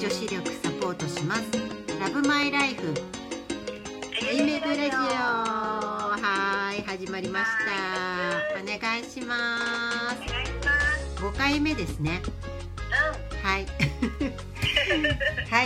女子力サポートします。ラブマイライフあゆめぐラジオ、はい始まりました。お願いします。5回目ですね。はいはい、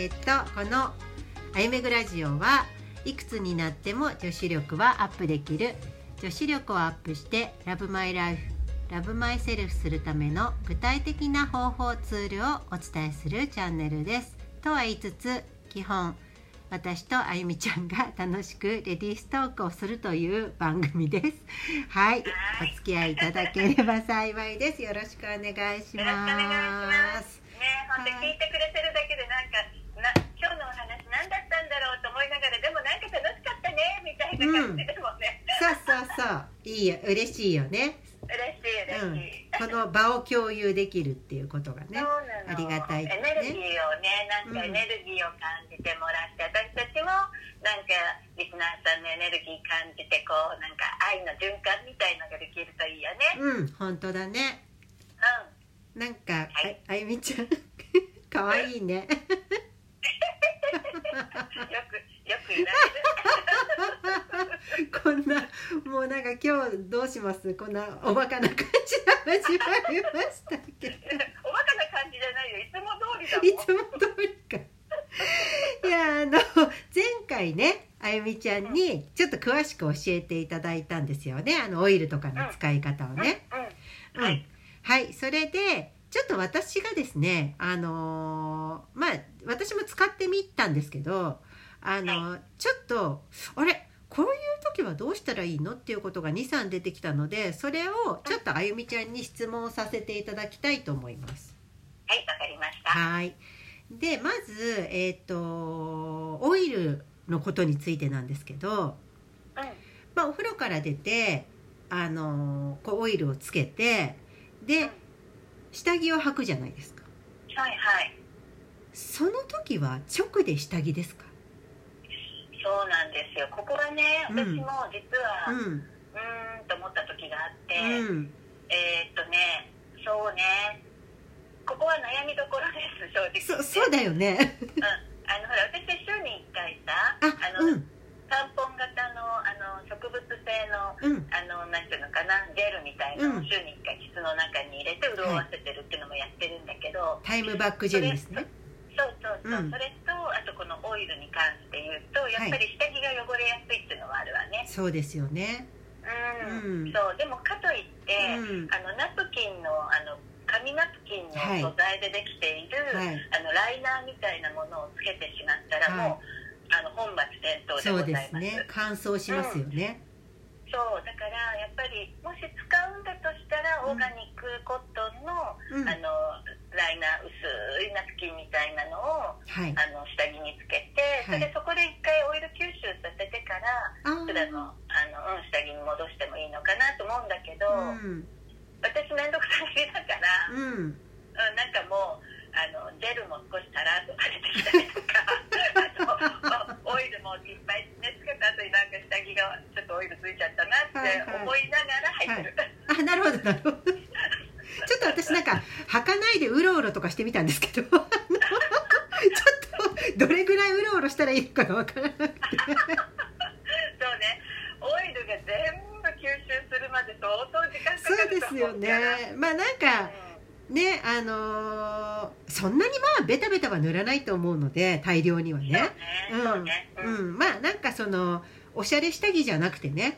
このあゆめぐラジオはいくつになっても女子力はアップできる、女子力をアップしてラブマイライフラブマイセルフするための具体的な方法ツールをお伝えするチャンネルです。とは言いつつ、基本私とあゆみちゃんが楽しくレディーストークをするという番組です。はい、お付き合いいただければ幸いです。よろしくお願いします。 よろしくお願いします。ね、本当聞いてくれてるだけで今日のお話何だったんだろうと思いながら、でも楽しかったねみたいな感じでもね。 そういいよ、嬉しいよね。 嬉しい、 この場を共有できるっていうことがね、ありがたいですね。 エネルギーをね、エネルギーを感じてもらって、私たちもリスナーさんのエネルギー感じて、愛の循環みたいのができるといいよね。 本当だね。 はい、 あゆみちゃんかわいいねよく言われるこんなもう今日どうします？こんなおバカな感じで始まりましたけどおバカな感じじゃないよ、いつも通りだもん。 いつも通りか。いや前回ね、あゆみちゃんにちょっと詳しく教えていただいたんですよね。オイルとかの使い方をね。はい、それでちょっと私がですね、私も使ってみたんですけど、ちょっとこういう時はどうしたらいいのっていうことが 2,3 出てきたので、それをちょっとあゆみちゃんに質問させていただきたいと思います。 はい、わかりました。 はい。でまず、オイルのことについてなんですけど、お風呂から出てオイルをつけて、で、下着を履くじゃないですか。 はいはい。 その時は直で下着ですか？ そうなんですよ。ここはね、私も実はと思った時があって、そうね、ここは悩みどころです、正直。 そうだよね。 ほら、私週に1回さ、タンポン型の植物性の、なんていうのかな、ジェルみたいなのを週に1回膣の中に入れて潤わせてるっていうのもやってるんだけど、 タイムバックジェルですね。 そう、それとあとこのオイルに関して言うと、やっぱり下着が汚れやすいっていうのはあるわね。 そうですよね。 そうでもかといって、ナプキンの紙ナプキンの素材でできている、ライナーみたいなものをつけてしまったら、もう本末転倒でございます。 そうですね、乾燥しますよね。 そうだからやっぱりもし使うんだとしたら、オーガニックコットンの、ライナー、薄いナプキンみたいなのを、下着につけて、そこで一回オイル吸収させてから普段の、下着に戻してもいいのかなと思うんだけど、私めんどくさいだから、もうジェルも少しタラッと垂れてきたりとかオイルもいっぱいねつけた後に下着がちょっとオイルついちゃったなって思いながら履いてる。 なるほどちょっと私履かないでうろうろとかしてみたんですけどちょっとどれぐらいうろうろしたらいいのかがわからなくてそうね、オイルが全部吸収するまで相当時間かかると思うから。そうですよね。 ね、そんなにベタベタは塗らないと思うので、大量にはね。おしゃれ下着じゃなくてね、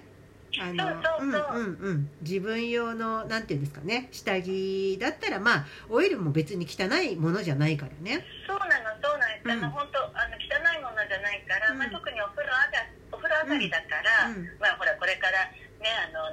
自分用のなんていうんですかね、下着だったらオイルも別に汚いものじゃないからね。 そうなの、本当汚いものじゃないから、特にお風呂上がりだから、ほらこれからね、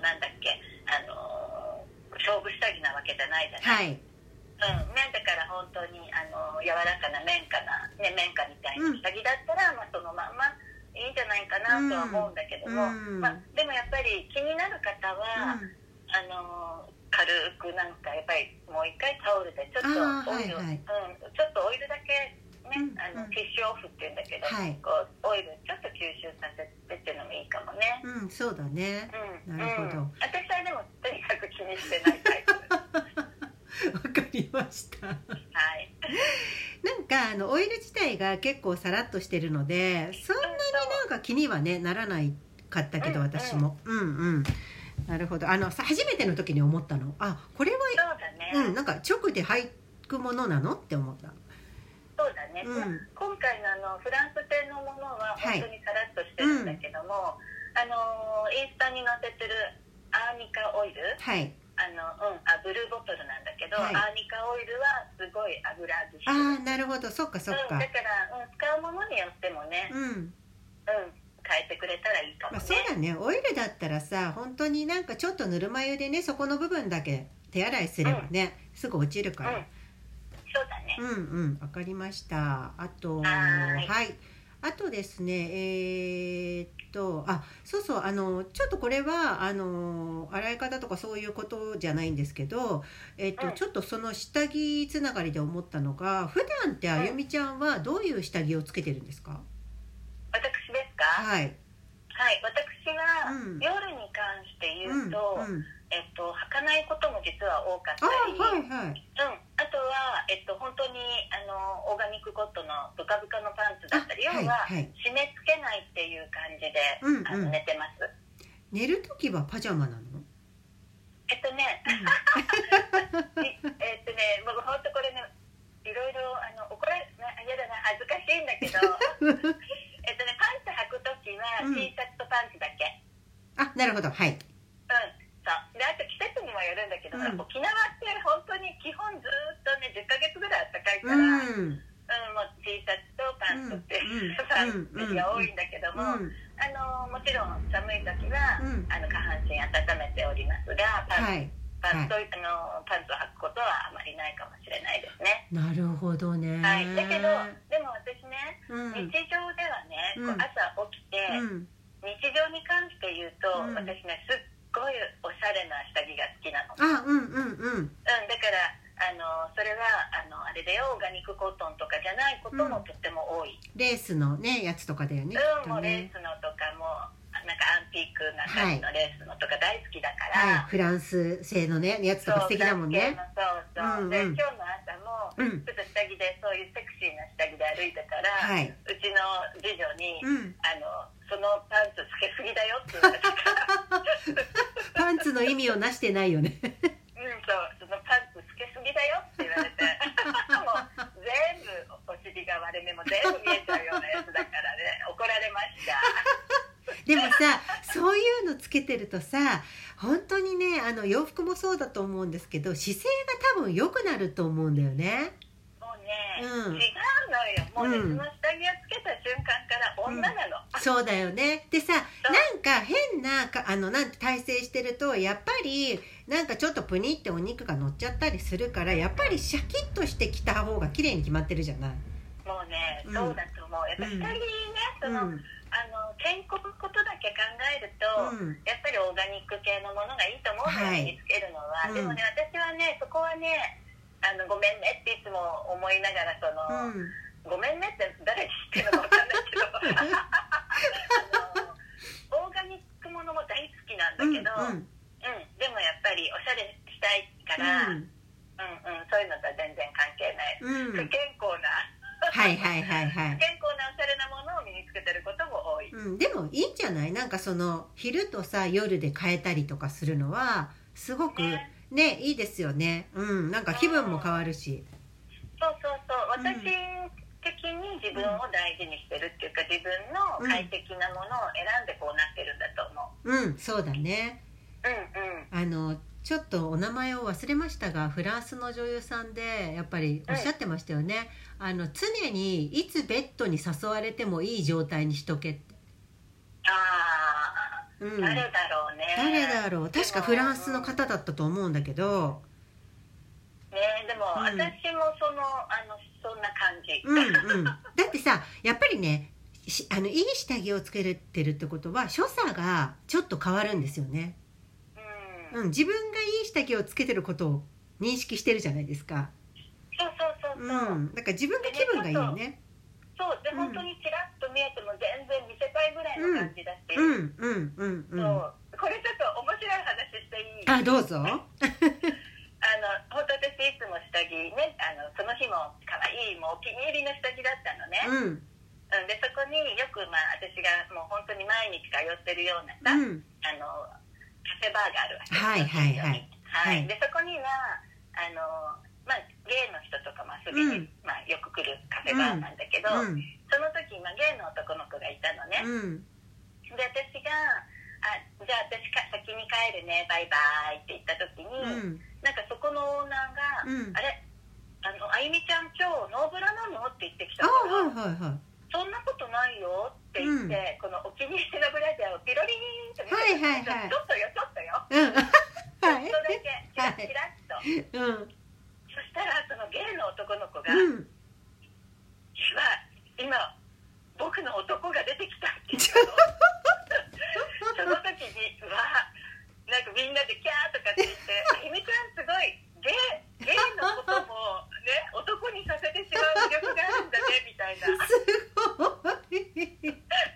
勝負下着なわけじゃないじゃない。だから本当に柔らかな綿花みたいな下着だったら、そのまんまいいんじゃないかなとは思うんだけども、でもやっぱり気になる方は、軽くやっぱりもう一回タオルでちょっとオイル、ちょっとオイルだけね、ティッシュオフっていうんだけど、オイルちょっと吸収させてっていうのもいいかもね。 そうだね。なるほど。 私はでもとにかく気にしてないタイプ。 わかりました。 はい。 かオイル自体が結構さらっとしてるので、そんなになんか気にはねならないかったけど、私もなるほど。初めての時に思ったの、これはそうだね、 なんか直で履くものなのって思った。 そうだね、今回のフランス製のものは本当にさらっとしてるんだけども、インスタに載せてるアーニカオイル、ブルーボトルなんだけど、アーニカオイルはすごい油味してる。 なるほど、そっかそっか。 だから、使うものによってもね、変えてくれたらいいかもね。 そうだね。オイルだったらさ、本当になんかちょっとぬるま湯でね、そこの部分だけ手洗いすればね、すぐ落ちるから。 そうだね。 わかりました。あとあとですね、そうそう、ちょっとこれは洗い方とかそういうことじゃないんですけど、ちょっとその下着つながりで思ったのが、普段ってあゆみちゃんはどういう下着をつけてるんですか？ 私ですか？はい、私は夜に関して言うと、履かないことも実は多かったり、あとは、本当にオーガニックコットンのブカブカのパンツだったり、要は締め付けないっていう感じで、寝てます。 寝るときはパジャマなの？ 僕本当これね、いろいろ怒られ嫌だな、恥ずかしいんだけどパンツ履くときは T シャツとパンツだけ。 なるほど、はい。 そうで、あと季節にもよるんだけど、沖縄って本当に基本ずっとね10ヶ月ぐらい暖かいから、もう T シャツとパンツってパンツが多いんだけども、もちろん寒い時は下半身温めておりますが、パンツを履くことはあまりないかもしれないですね。 なるほどね。 だけどでも私ね、日常ではね、朝起きて、日常に関して言うと、私ねすっごいおしゃれな下着が好きなの。だからそれはあれだよ、オーガニックコットンとかじゃないこともとっても多い。 レースのねやつとかだよね。 もうレースのとかもなんかアンティークな感じのレースのとか大好きだから、 フランス製のねやつとか素敵だもんね。 そうで、今日の朝もちょっと下着でそういうセクシーな下着で歩いたから、うちの次女にそのパンツつけすぎだよって言われたからパンツの意味をなしてないよねそのパンツつけすぎだよって言われてもう全部お尻が割れ目も全部見えちゃうようなやつだからね、怒られましたでもさ、そういうのつけてるとさ、本当にね洋服もそうだと思うんですけど、姿勢が多分良くなると思うんだよね。 もうね、違うのよ。もうね、その下着をつけた瞬間から女なの。 そうだよね。でさ、なんか変ななんて体勢してると、やっぱりなんかちょっとプニってお肉が乗っちゃったりするから、やっぱりシャキッとしてきた方が綺麗に決まってるじゃない。 もうね、そうだと思う。やっぱ下着ね、健康のことだけ考えると、やっぱりオーガニック系のものがいいと思うのよ、身につけるのは。でもね、私はね、そこはね、ごめんねっていつも思いながら、ごめんねって誰に言ってるのか分かんないけどオーガニックものも大好きなんだけど、でもやっぱりおしゃれしたいから、そういうのとは全然関係ない、不健康な不健康なおしゃれなものを身につけてることも多い。 でもいいんじゃない？なんかその昼とさ夜で変えたりとかするのはすごくね、いいですよね。なんか気分も変わるし。 そう私的に自分を大事にしてるっていうか、自分の快適なものを選んでこうなってるんだと思う。 そうだね。ちょっとお名前を忘れましたが、フランスの女優さんでやっぱりおっしゃってましたよね。常にいつベッドに誘われてもいい状態にしとけって。 誰だろうね。 誰だろう。確かフランスの方だったと思うんだけど。 でも私もそんな感じ。 だってさ、やっぱりね、いい下着をつけてるってことは所作がちょっと変わるんですよね。自分がいい下着をつけてることを認識してるじゃないですか。 そうだから自分が気分がいいよね。 そうで、本当にチラッと見えても全然見せたいぐらいの感じだし、これちょっと面白い話していい？ 私本当私いつも下着ね、その日も可愛いもうお気に入りの下着だったのね、でそこによく、私がもう本当に毎日通ってるようなさ、カフェバーがあるわけですよ。でそこにはゲイの人とかも遊びに、よく来るカフェバーなんだけど、その時、ゲイの男の子がいたのね、で私がじゃあ私先に帰るねバイバイって言った時に、なんかそこのオーナーが、あれあゆみちゃん今日ノーブラなのって言ってきたから、そんなことないよって言って、このお気に入りのブラジャーをピロリーンと見て、ちょっとよちょっとよ、ちょっとだけキラッと、そしたらそのゲイの男の子が、今僕の男が出てきたって言ったの。その時になんかみんなでキャーとかって言って「あゆみちゃんすごいゲイのこともね男にさせてしまう魅力があるんだね」みたいな。すごい。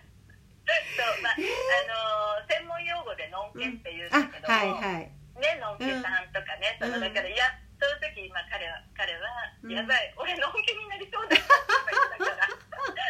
専門用語でノンケっていうんだけども、ねノンケさんとかね、だからその時彼はやばい俺ノンケになりそうだって言ったから。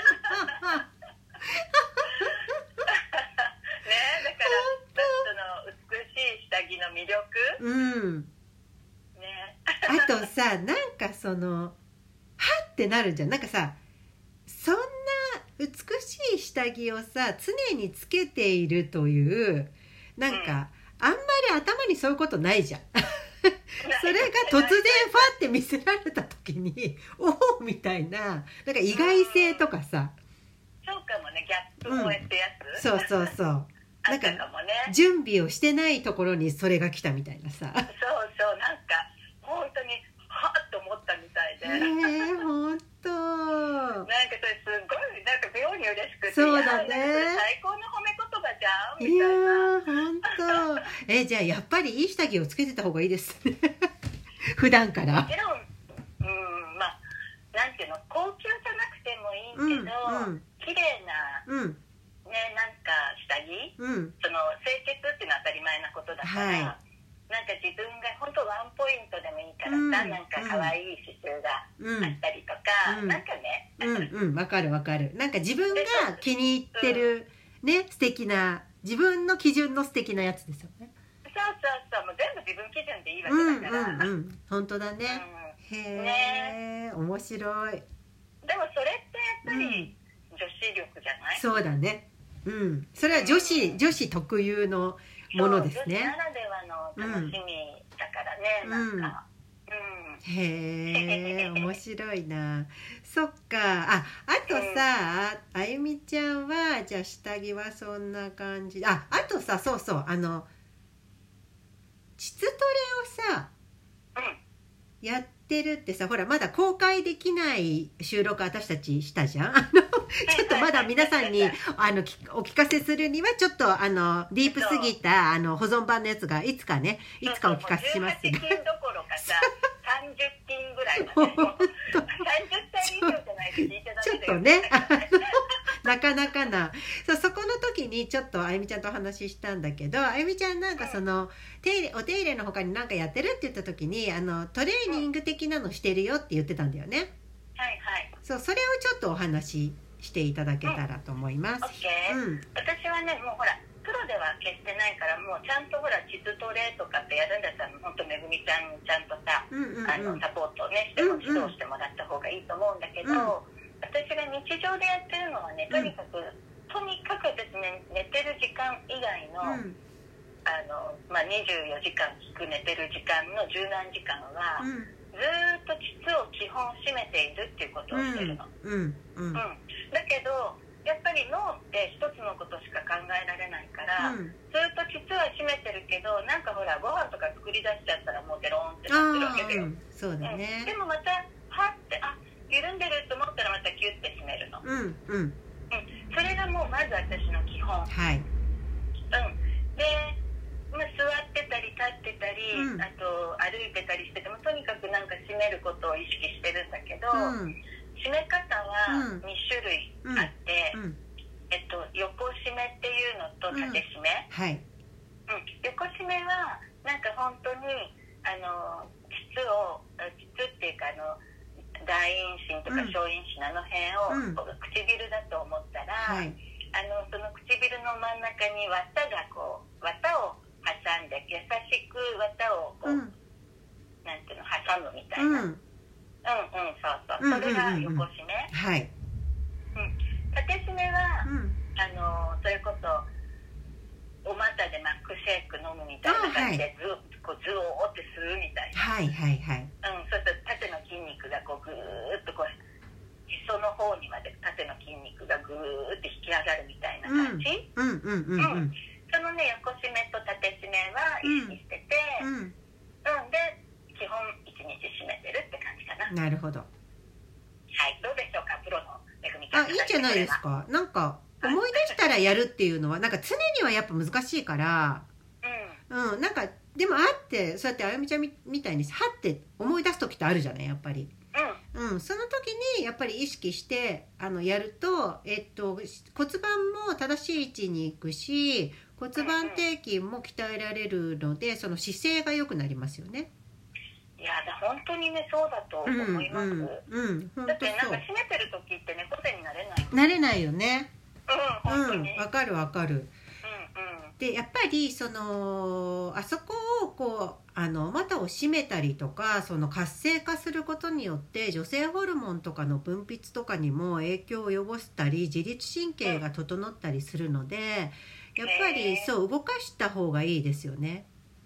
魅力、 あとさ、なんかそのはってなるじゃん。なんかさ、そんな美しい下着をさ常につけているというなんか、あんまり頭にそういうことないじゃん。それが突然ファって見せられた時におおみたいな、なんか意外性とかさ、 そうかもね、ギャップ萌えってやつ、 そうなんか準備をしてないところにそれが来たみたいなさ。そうなんか本当にはっと思ったみたいで。 本当。 なんかそれすごいなんか妙に嬉しくて。 そうだね。 最高の褒め言葉じゃんみたいな。 本当。じゃあやっぱりいい下着をつけてた方がいいですね。普段から。 もちろん、なんていうの、高級じゃなくてもいいけど、綺麗な。なんか下着、その清潔っていうのは当たり前なことだから、なんか自分が本当ワンポイントでもいいからさ、なんか可愛い刺繍があったりとか、なんかね、 わかるなんか自分が気に入ってるね、素敵な自分の基準の素敵なやつですよね。 そうもう全部自分基準でいいわけだから、 本当だね。へえ、面白い。 でもそれってやっぱり女子力じゃない？ そうだね。それは女子特有のものですね。 女子ならではの楽しみだからね、なんか。 へえ、面白いな。そっか。あとさ、あゆみちゃんはじゃあ下着はそんな感じ。あとさ、そう膣トレをさ、やってるってさ、ほらまだ公開できない収録私たちしたじゃん。ちょっとまだ皆さんにお聞かせするにはちょっとディープすぎた保存版のやつがいつかお聞かせします。 18金どころかさ30金ぐらいまで、30歳以上じゃないと聞いてダメだよ。 ちょっとねなかなかな。そこの時にちょっとあゆみちゃんとお話ししたんだけど、あゆみちゃんなんかそのお手入れの他に何かやってるって言った時にトレーニング的なのしてるよって言ってたんだよね。それをちょっとお話ししていただけたらと思います。 私はね、もうほらプロでは決してないから、もうちゃんとほら膣トレとかってやるんだったら本当めぐみちゃんにちゃんとさ、サポートをねしても指導してもらった方がいいと思うんだけど、私が日常でやってるのはね、とにかくですね、寝てる時間以外の、24時間聞く寝てる時間の十何時間は、ずっと膣を基本締めているっていうことをしてるの。だけどやっぱり脳って一つのことしか考えられないから、ずっと膣は締めてるけど、なんかほらご飯とか作り出しちゃったらもうデローンってなってるわけだよ。 そうだね。 でもまたはって緩んでると思ったらまたキュッて締めるの。それがもうまず私の基本。で座ってたり立ってたり、あと歩いてたりしててもとにかくなんか締めることを意識してるんだけど、締め方は2種類あって、横締めっていうのと縦締め。横締めはなんか本当に膣っていうか大陰唇とか小陰唇あの辺を、唇だと思ったら、その唇の真ん中に綿を挟んで優しく綿をこう、なんていうの挟むみたいな、そうそれが横締め、縦締めは、それこそお股でマックシェイク飲むみたいな感じでズオーってするみたいな、そうすると縦の筋肉がこうぐーっとこうへその方にまで縦の筋肉がぐーって引き上がるみたいな感じ。そのね横締めと縦締めは意識してて、で基本1日締めてるって感じかな。 なるほど。 どうでしょうか、プロのめぐみちゃん。 いいんじゃないですか。なんか思い出したらやるっていうのはなんか常にはやっぱ難しいから、なんかでもってそうやってあゆみちゃんみたいにはって思い出す時ってあるじゃないやっぱり。その時にやっぱり意識してやると、骨盤も正しい位置に行くし骨盤底筋も鍛えられるのでその姿勢が良くなりますよね。 いや本当にねそうだと思います。だってなんか締めてる時って猫背になれない。 なれないよね。 本当に。 わかるわかる。でやっぱりそのあそこをこう股を締めたりとかその活性化することによって女性ホルモンとかの分泌とかにも影響を及ぼしたり自律神経が整ったりするのでやっぱりそう動かした方がいいですよね。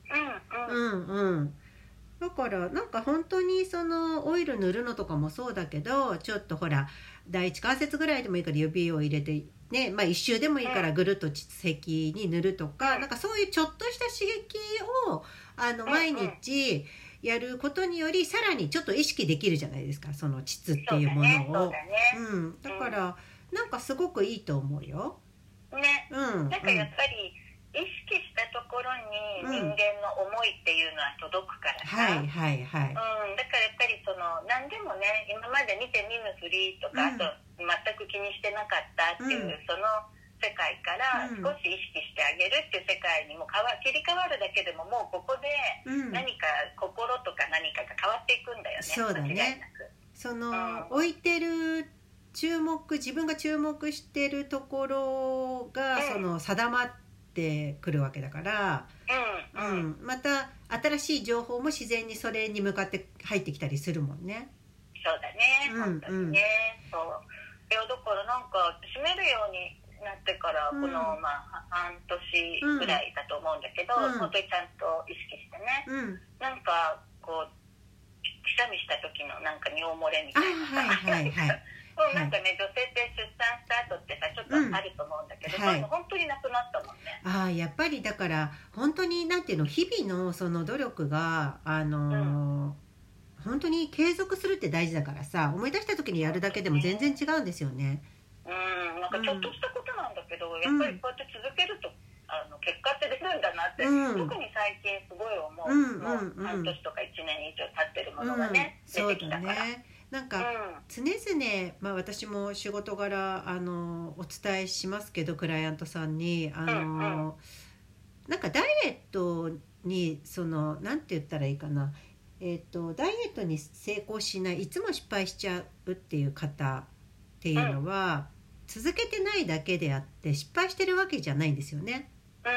だからなんか本当にそのオイル塗るのとかもそうだけどちょっとほら第一関節ぐらいでもいいから指を入れてね、一周でもいいからぐるっと膣壁に塗るとか、なんかそういうちょっとした刺激を毎日やることによりさらにちょっと意識できるじゃないですかその膣っていうものを。だからなんかすごくいいと思うよ。 なんかやっぱり意識したところに人間の思いっていうのは届くからさ、だからやっぱりその何でもね今まで見て見ぬふりとか、あと全く気にしてなかったっていう、その世界から少し意識してあげるっていう世界にも切り替わるだけでももうここで何か心とか何かが変わっていくんだよね。 そうだね。その置いてる自分が注目してるところがその定まってくるわけだから、また新しい情報も自然にそれに向かって入ってきたりするもんね。 そうだね、本当にね。だからなんか締めるようになってからこの半年ぐらいだと思うんだけど、本当にちゃんと意識してね、なんかこうくしゃみした時のなんか尿漏れみたいななんかね女性って出産した後ってさちょっとあると思うんだけど、本当になくなったもんね。 やっぱりだから本当になんていうの日々のその努力が本当に継続するって大事だからさ思い出した時にやるだけでも全然違うんですよね。 なんかちょっとしたことなんだけど、やっぱりこうやって続けると結果って出るんだなって、特に最近すごい思う。もう半年とか1年以上経ってるものがね、出てきたから。 なんか常々、私も仕事柄お伝えしますけどクライアントさんになんかダイエットにそのなんて言ったらいいかな、ダイエットに成功しないいつも失敗しちゃうっていう方っていうのは、続けてないだけであって失敗してるわけじゃないんですよね。例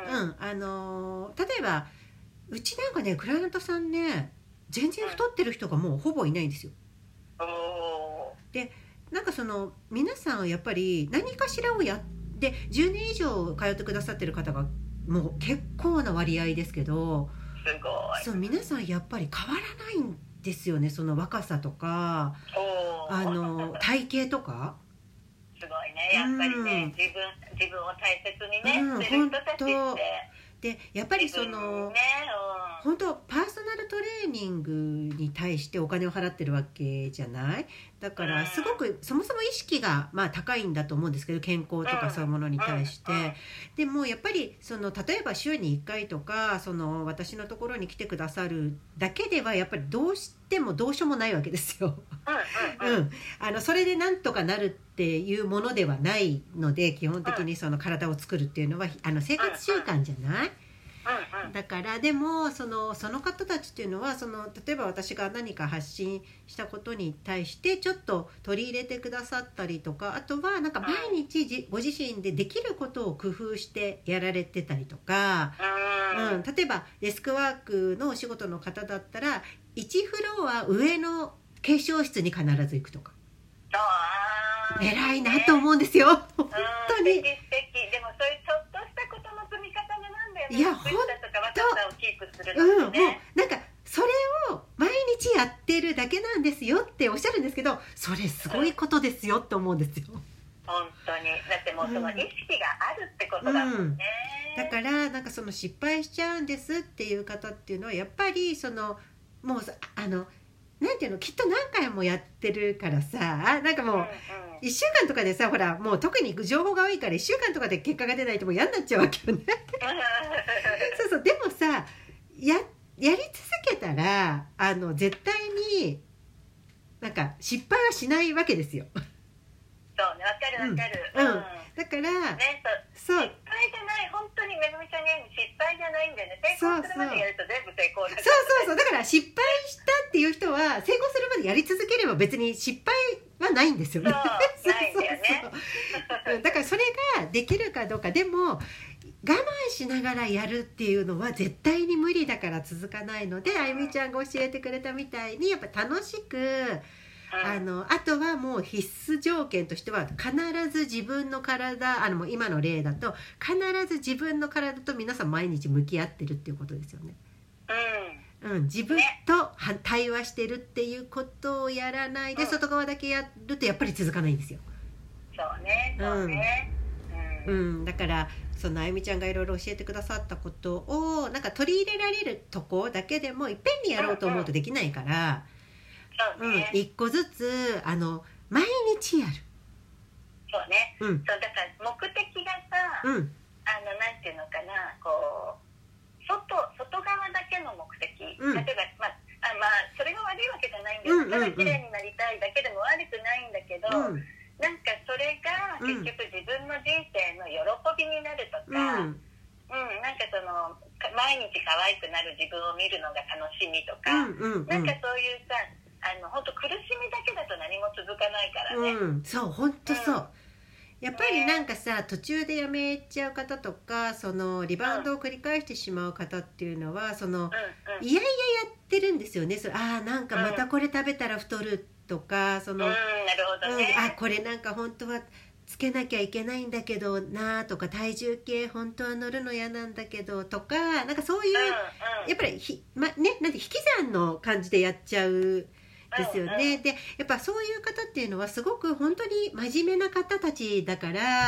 えばうちなんかねクライアントさんね全然太ってる人がもうほぼいないんですよ。でなんかその皆さんはやっぱり何かしらをやって10年以上通ってくださってる方がもう結構な割合ですけど、そう皆さんやっぱり変わらないんですよね。その若さとか体型とかすごいねやっぱりね、自分を大切にね、してる人たちってでやっぱりその、本当パーソナルトレーニングに対してお金を払ってるわけじゃない。だからすごくそもそも意識が高いんだと思うんですけど健康とかそういうものに対して、でもやっぱりその例えば週に1回とかその私のところに来てくださるだけではやっぱりどうしてもどうしようもないわけですよ。それでなんとかなるっていうものではないので基本的にその体を作るっていうのは生活習慣じゃない。 だからでもその方たちっていうのは例えば私が何か発信したことに対してちょっと取り入れてくださったりとか、あとはなんか毎日ご自身でできることを工夫してやられてたりとか、例えばデスクワークのお仕事の方だったら1フロア上の化粧室に必ず行くとか、偉いなと思うんですよ、本当に。 素敵。でもそういうちょっとしたことの積み重ねなんだよね。 いや本当、 若さをキープするのってね、 もうなんかそれを毎日やってるだけなんですよっておっしゃるんですけど、それすごいことですよって思うんですよ。 本当に。だってもうその意識があるってことだもんね。 だからなんかその失敗しちゃうんですっていう方っていうのはやっぱりもうなんていうの、きっと何回もやってるからさ、なんかもう1週間とかでさ、ほらもう特に情報が多いから1週間とかで結果が出ないともう嫌になっちゃうわけよねそうでもさやり続けたら絶対になんか失敗はしないわけですよ。 そうね、わかる。 だから、 ね、そう失敗じゃない、本当にめぐみちゃんが言うように失敗じゃないんだよね。成功するまでやると全部成功だから、ね、 そうだから失敗したっていう人は成功するまでやり続ければ別に失敗はないんですよね。 ないんだよねだからそれができるかどうか、でも我慢しながらやるっていうのは絶対に無理だから続かないので、あゆみちゃんが教えてくれたみたいにやっぱ楽しくあとはもう必須条件としては必ず自分の体、もう今の例だと必ず自分の体と皆さん毎日向き合ってるっていうことですよね。自分と対話してるっていうことをやらないで外側だけやるとやっぱり続かないんですよ。 そうね。 だからあゆみちゃんがいろいろ教えてくださったことをなんか取り入れられるとこだけでもいっぺんにやろうと思うとできないから、一個ずつ毎日やる。 そうね、そうだから目的がさ、なんていうのかな、こう外側だけの目的、例えばそれが悪いわけじゃないんだよ、ただ綺麗になりたいだけでも悪くないんだけど、なんかそれが結局自分の人生の喜びになるとか、なんか毎日可愛くなる自分を見るのが楽しみとか、なんかそういうさ本当苦しみだけだと何も続かないからね。 そう本当そう、やっぱりなんかさ途中でやめちゃう方とかリバウンドを繰り返してしまう方っていうのはいやいややってるんですよね。なんかまたこれ食べたら太るとかなるほどね、 これなんか本当はつけなきゃいけないんだけどなとか、体重計本当は乗るの嫌なんだけどとか、なんかそういうやっぱりなんて引き算の感じでやっちゃうですよね。でやっぱそういう方っていうのはすごく本当に真面目な方たちだから、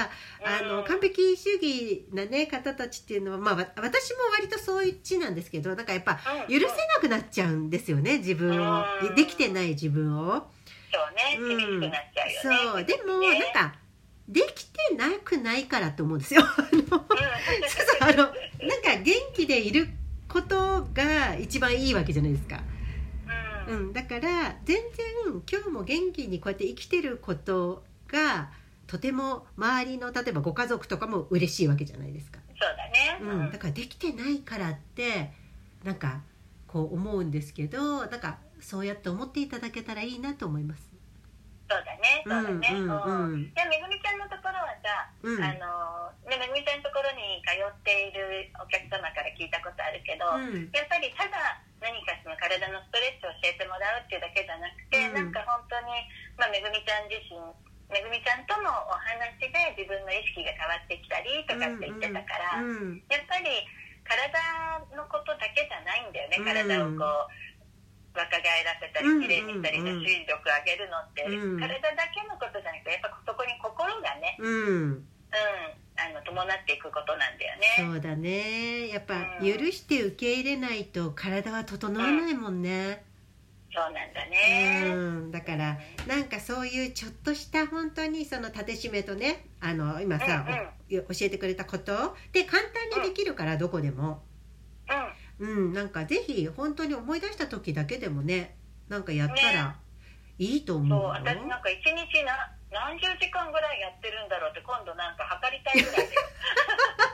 完璧主義なね方たちっていうのは私も割とそういう地なんですけど、なんかやっぱ許せなくなっちゃうんですよね、自分を、できてない自分を。 そうね、厳しくなっちゃうよね。 そうでもなんかできてなくないからと思うんですよ。なんか元気でいることが一番いいわけじゃないですか。だから全然今日も元気にこうやって生きてることがとても周りの例えばご家族とかも嬉しいわけじゃないですか。 そうだね、 だからできてないからってなんかこう思うんですけど、なんかそうやって思っていただけたらいいなと思います。 そうだね。じゃあめぐみちゃんのところはさ、めぐみちゃんのところに通っているお客様から聞いたことあるけど、やっぱりただ何かその体のストレッチを教えてもらうっていうだけじゃなくて、なんか本当に、めぐみちゃん自身、めぐみちゃんとのお話で自分の意識が変わってきたりとかって言ってたから、やっぱり体のことだけじゃないんだよね。体をこう若返らせたり綺麗にしたりで注意力上げるのって、体だけのことじゃなくてやっぱそこに心がね、伴っていくことなんだよね。 そうだね。やっぱ許して受け入れないと体は整わないもんね。 そうなんだね。 だからなんかそういうちょっとした本当にその縦締めとね、今さ、教えてくれたことで簡単にできるから、どこでも。なんかぜひ本当に思い出した時だけでもね、なんかやったらいいと思うよ。 私なんか一日何十時間ぐらいやってるんだろうって今度なんか測りたいぐらいだよ。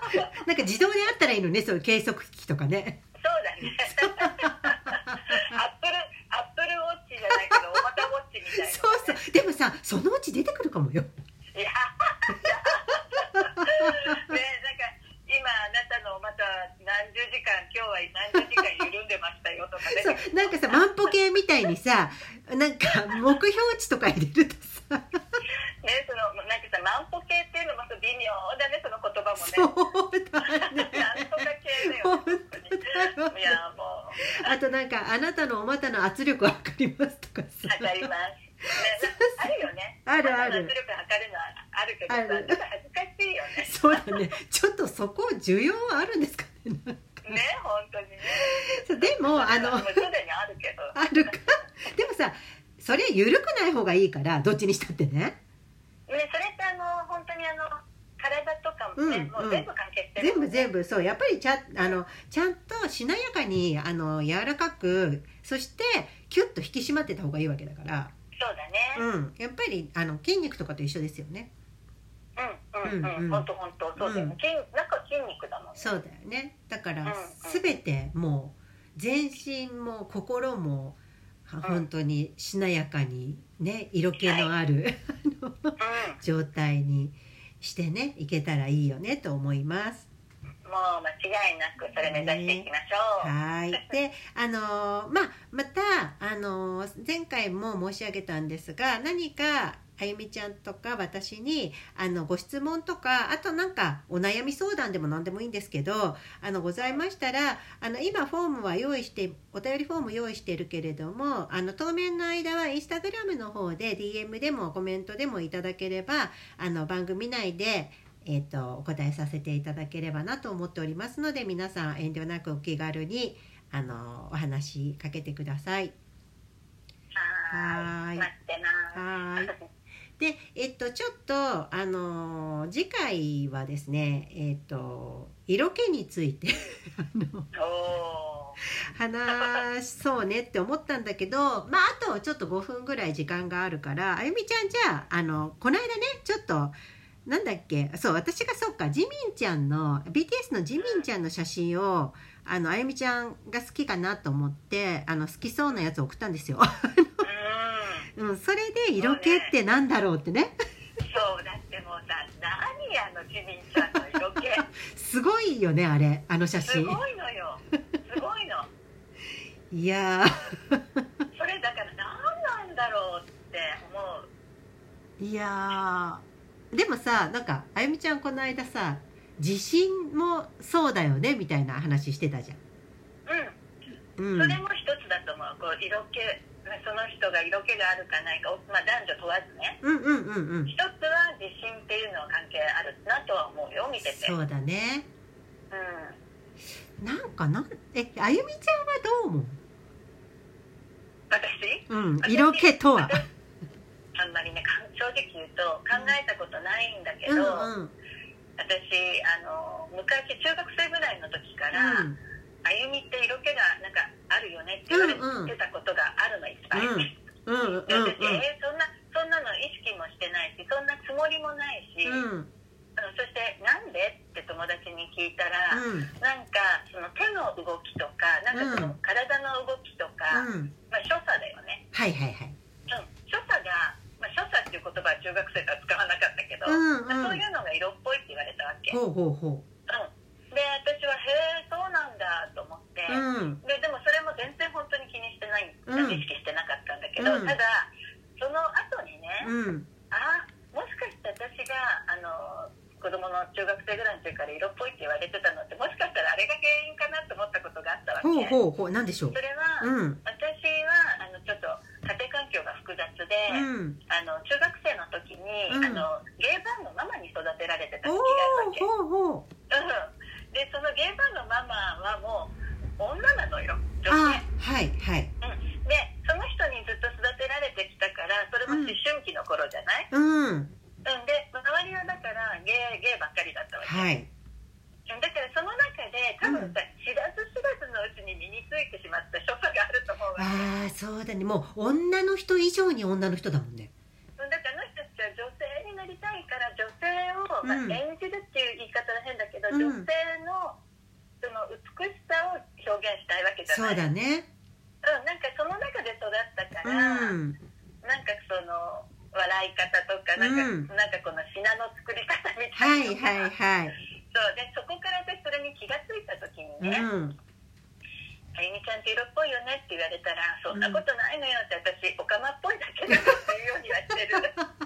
なんか自動であったらいいのね、そういう計測機とかね。 そうだね。アップルウォッチじゃないけど、おまたウォッチみたいな、ね。 そうそう。でもさ、そのうち出てくるかもよ。 いや。ね、なんか今あなたのまた何十時間、今日は何十時間緩んでましたよとかね。 そう、なんかさ、万歩計みたいにさ、なんか目標値とか入れるとさ。 ね、なんかさ、万歩計っていうのも微妙だね、その言葉もね。 そうだね。 なんとか系だよね。本当に。いやもう。 あとなんか、あなたのお股の圧力を測りますとかさ。 測ります。ね、あるよね。 あるある。 圧力測るのはあるけどさ、ちょっと恥ずかしいよね。 そうだね。ちょっとそこ需要あるんですかね。 ね、本当にね。 でももうすでにあるけど。 あるか。でもさ、それ緩くない方がいいから、どっちにしたってね。 ね、それって本当に体とかもね、もう全部関係してる、ね。 全部そう、やっぱりちゃんとしなやかに柔らかく、そしてキュッと引き締まってた方がいいわけだから。 そうだね。 やっぱり筋肉とかと一緒ですよね。 本当そうだよね。中筋肉だもんね。 そうだよね。だから全てもう全身も心も本当にしなやかにね、色気のある、状態にしてね、いけたらいいよねと思います。 もう間違いなくそれ目指していきましょう。 はい。で、また前回も申し上げたんですが、何かあゆみちゃんとか私にご質問とか、あとなんかお悩み相談でも何でもいいんですけど、ございましたら、今フォームは用意して、お便りフォーム用意しているけれども、当面の間はインスタグラムの方で DM でもコメントでもいただければ、番組内でお答えさせていただければなと思っておりますので、皆さん遠慮なくお気軽にお話しかけてください。 はい。待ってます。 はい。で、ちょっと次回はですね、色気について話そうねって思ったんだけど、あとちょっと5分ぐらい時間があるから、あゆみちゃん、じゃあこの間ね、ちょっとなんだっけ、そう、私がそうか、ジミンちゃんの BTS のジミンちゃんの写真をあゆみちゃんが好きかなと思って好きそうなやつを送ったんですよ。それで色気ってなんだろうってね。 そうだってもうさ、何ジミンちゃんの色気すごいよね、あれ、写真。 すごいのよ、すごいの。 いやそれだから何なんだろうって思う。 いやでもさ、なんかあゆみちゃんこの間さ、自信もそうだよねみたいな話してたじゃん。 それも一つだと思う。こう色気、その人が色気があるかないか、男女問わずね。一つは自信っていうのは関係あるなとは思うよ、見てて。 そうだね。なんかあゆみちゃんはどう思う？ 私？ 色気とは。 あんまりね、正直言うと考えたことないんだけど、私昔中学生ぐらいの時から、あゆみって色気がなんかあるよねって言われてたことがあるの、いっぱい。で、私そんなの意識もしてないし、そんなつもりもないし、そしてなんでって友達に聞いたら、なんかその手の動きとか、なんかその体の動きとか、所作だよね。所作が、所作っていう言葉は中学生から使わなかったけど、そういうのが色っぽいって言われたわけ。で、私はへえ、そうなんだと思って、でもそれも全然本当に気にしてない、意識してなかったんだけど、ただその後にね、もしかして私が子供の中学生ぐらいの時から色っぽいって言われてたのって、もしかしたらあれが原因かなと思ったことがあったわけ。 何でしょう？ それは、私はちょっと家庭環境が複雑で、中学生の時に、ゲイバーのママに育てられてた時があるわけ。で、そのゲイバーのママはもう女なのよ、女性。で、その人にずっと育てられてきたから、それも思春期の頃じゃない？で、周りはだからゲイばっかりだったわけ。だからその中で多分さ、知らず知らずのうちに身についてしまった所作があると思うわけ。 そうだね。もう女の人以上に女の人だもんね。 だからあの人たちは女性になりたいから、女性を、演じるっていう言い方は変だけど、女女性のその美しさを表現したいわけじゃない。 そうだね。 なんかその中で育ったから、なんかその笑い方とかなんかこの品の作り方みたいな、はいはいはい、そうで、そこから私それに気がついた時にね、あゆみちゃんって色っぽいよねって言われたら、そんなことないのよって、私オカマっぽいだけだよっていうようにはしてる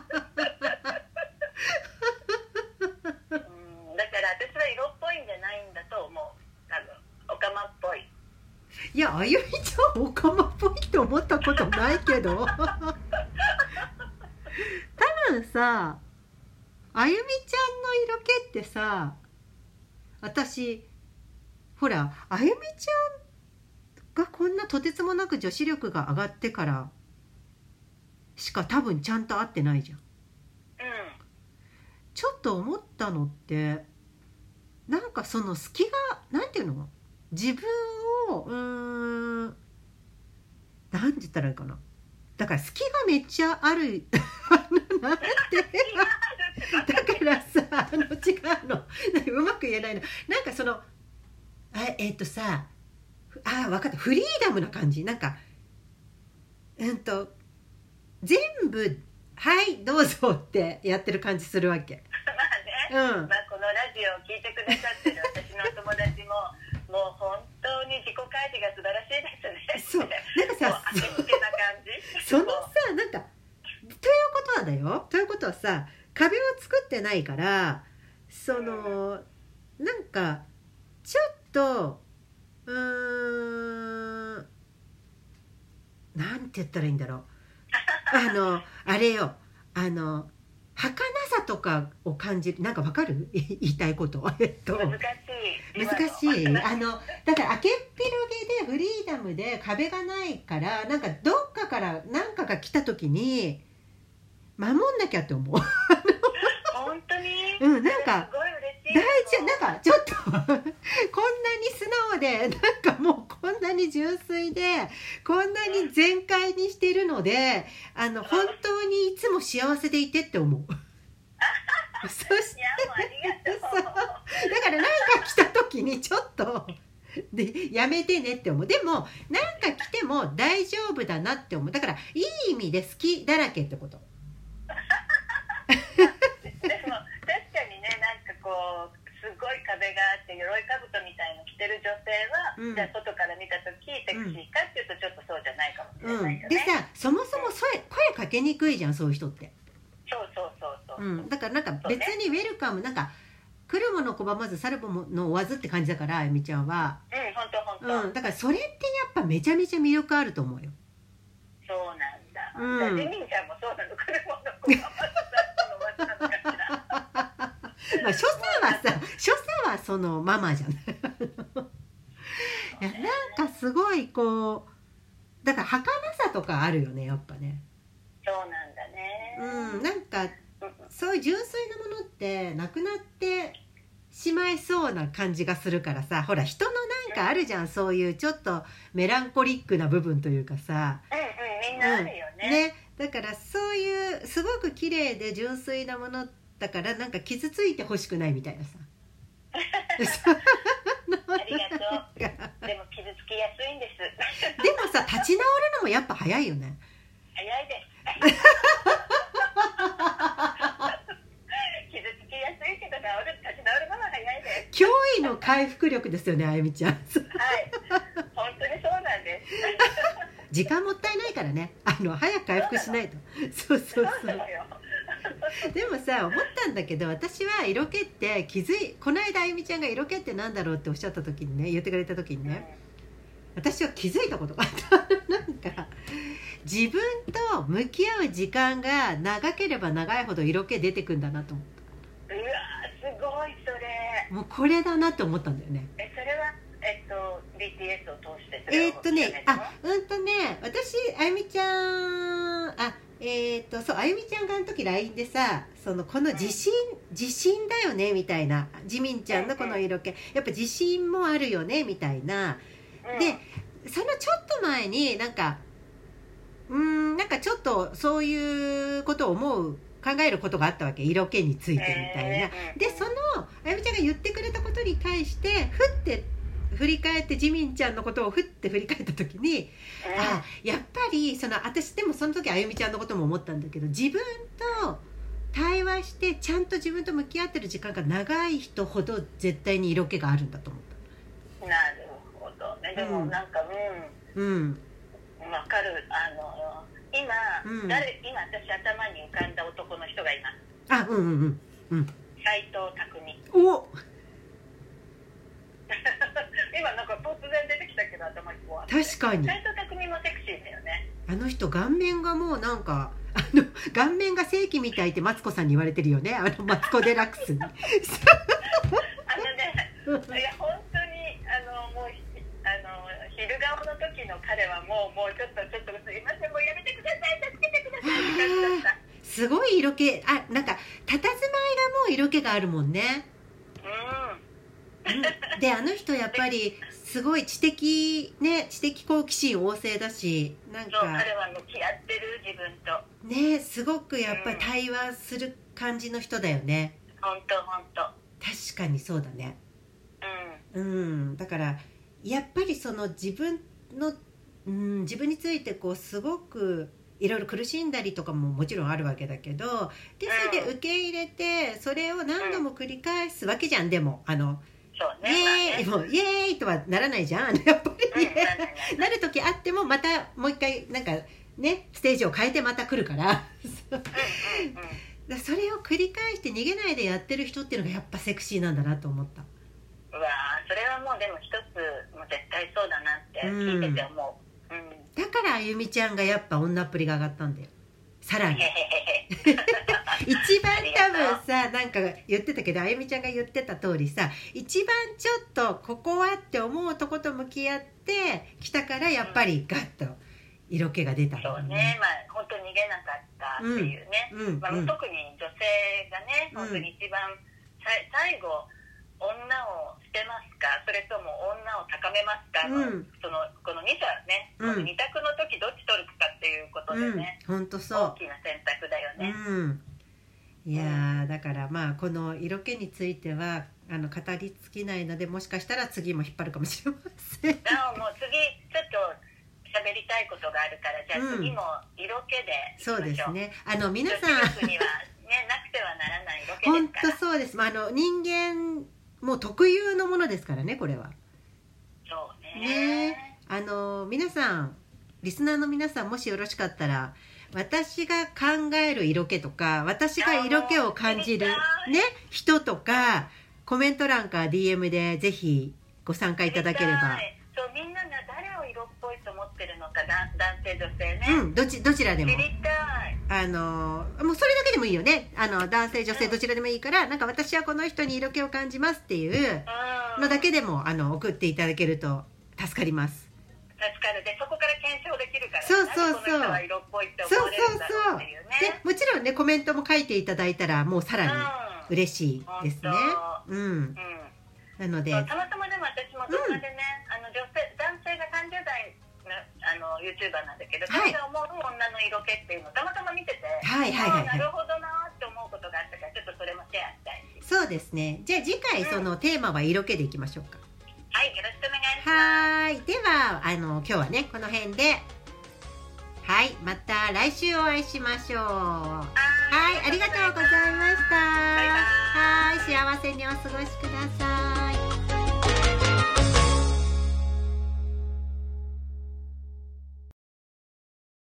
だから私は色っぽいんじゃないんだと思う。多分オカマっぽい。 いや、あゆみちゃんオカマっぽいって思ったことないけど多分さ、あゆみちゃんの色気ってさ、私ほら、あゆみちゃんがこんなとてつもなく女子力が上がってからしか多分ちゃんと会ってないじゃん。ちょっと思ったのって、なんかその隙が、なんていうの、自分をなんて言ったらいいかな、だから隙がめっちゃあるなんてだからさ、違うの、うまく言えないの、なんかそのさ、分かった、フリーダムな感じ、なんか全部はいどうぞってやってる感じするわけまあね、このラジオを聞いてくださってる私の友達ももう本当に自己開示が素晴らしいですね。そう、なんかさ、当てつけな感じそのさ、なんかということはだよ、ということはさ、壁を作ってないから、その、なんかちょっとなんて言ったらいいんだろうあれよ、儚さとかを感じる、なんかわかる言いたいこと難しいだから明けっぴろげでフリーダムで壁がないから、なんかどっかから何かが来た時に守んなきゃって思う本当に、 なんか大事、なんかちょっとこんなに素直で、なんかもうこんなに純粋で、こんなに全開にしてるので、本当にいつも幸せでいてって思うそしてだからなんか来た時にちょっとでやめてねって思う。でもなんか来ても大丈夫だなって思う。だからいい意味で好きだらけってことでも確かにね、なんかこうすごい壁があって鎧兜みたいの着てる女性は、じゃあ外から見た時セクシーかっていうとちょっとそうじゃないかもしれないよね。 でさ、そもそも声かけにくいじゃん、そういう人って。だからなんか別にウェルカム、なんか来るもの拒まず去るもの追わずって感じだから、あゆみちゃんは。 本当。 だからそれってやっぱめちゃめちゃ魅力あると思うよ。 そうなんだ。ジミンちゃんもそうなの、来るもの拒まず去るもの追わずなのかしら。 まあ所作はそのママじゃないいや、なんかすごいこう、だから儚さとかあるよね、やっぱね。 そうなんだね。 なんかそういう純粋なものってなくなってしまいそうな感じがするからさ、ほら人のなんかあるじゃん、そういうちょっとメランコリックな部分というかさ、 みんなあるよね。 だからそういうすごく綺麗で純粋なものだから、なんか傷ついてほしくないみたいなさありがとう。でも傷つきやすいんですでもさ、立ち直るのもやっぱ早いよね。 早いです傷つきやすいけど立ち直るのも早いです。 驚異の回復力ですよね、あゆみちゃん。はい、 本当にそうなんです時間もったいないからね、早く回復しないと。そうでもさ、思ったんだけど、私は色気ってこの間あゆみちゃんが色気ってなんだろうっておっしゃった時にね、言ってくれた時にね、私は気づいたことがあったなんか自分と向き合う時間が長ければ長いほど色気出てくんだなと思った。 うわー、すごい。それもうこれだなって思ったんだよね。 それはBTS を通して私あゆみちゃんそう、あゆみちゃんがあの時 LINE でさ、この自信だよねみたいな、ジミンちゃんのこの色気、やっぱ自信もあるよねみたいな、でそのちょっと前になんかちょっとそういうことを考えることがあったわけ、色気についてみたいな。でそのあゆみちゃんが言ってくれたことに対してふって振り返って、ジミンちゃんのことをふって振り返った時に、やっぱり私でもその時あゆみちゃんのことも思ったんだけど、自分と対話してちゃんと自分と向き合ってる時間が長い人ほど絶対に色気があるんだと思った。 なるほどね。でもなんかわかる。今私頭に浮かんだ男の人がいます。斎藤工。 お今なんか突然出てきたけど頭にこう。 確かに斎藤工もセクシーだよね。 あの人顔面がもうなんか顔面が正規みたいってマツコさんに言われてるよね。マツコデラックスにいや本当にもう昼顔の時の彼はもうちょっとすいません、もうやめてください、助けてくださいって感じだった。 すごい色気、なんか佇まいがもう色気があるもんね。であの人やっぱりすごい知的好奇心旺盛だし、なんか彼は向き合ってる自分とね、すごくやっぱり対話する感じの人だよね。 本当確かにそうだね。だからやっぱりその自分についてこうすごくいろいろ苦しんだりとかももちろんあるわけだけど、でそれで受け入れてそれを何度も繰り返すわけじゃん。でもそうね、 イエーイとはならないじゃん、やっぱり、なる時あってもまたもう一回なんかねステージを変えてまた来るからそれを繰り返して逃げないでやってる人っていうのがやっぱセクシーなんだなと思った。 うわー、それはもうでも一つもう絶対そうだなって聞いてて思う。 だからあゆみちゃんがやっぱ女っぷりが上がったんだよ、さらに一番多分さ、なんか言ってたけどあゆみちゃんが言ってた通りさ、一番ちょっとここはって思うとこと向き合ってきたからやっぱりガッと色気が出たんだそうね。本当に逃げなかったっていうね。特に女性がね、本当に一番最後女を捨てますか、それとも女を高めますかの、この2者ね、この2択の時どっち取るかっていうことでね、 本当そう大きな選択だよね。 いやだからこの色気については語り尽きないので、もしかしたら次も引っ張るかもしれません。 もう次ちょっと喋りたいことがあるから、じゃあ次も色気でいきましょう。 そうですね。皆さん女子力にはねなくてはならない色気ですから。 本当そうです。人間もう特有のものですからね、これは。 そうね。 皆さんリスナーの皆さん、もしよろしかったら私が考える色気とか、私が色気を感じるね人とか、コメント欄か DM でぜひご参加いただければ。 そう、みんなが誰を色っぽいと思ってるのか、男性女性ね、 どちらでも知りたい。 もうそれだけでもいいよね。男性女性どちらでもいいから、なんか私はこの人に色気を感じますっていうのだけでも送っていただけると助かります。 助かる。でそこから検証できるから、ね、 そうこの人は色っぽいって思われるんだろうっていうね。 でもちろんねコメントも書いていただいたらもうさらに嬉しいですね。なのでたまたまでも私も動画でね、男性が30代のYouTuber なんだけど、彼が思う女の色気っていうのをたまたま見てて、なるほどなって思うことがあったから、ちょっとそれもシェアしたいし。 そうですね。じゃあ次回そのテーマは色気でいきましょうか。 はい、よろしくお願いします。 では今日はねこの辺で、また来週お会いしましょう。ありがとうございました。 バイバイ。 幸せにお過ごしください。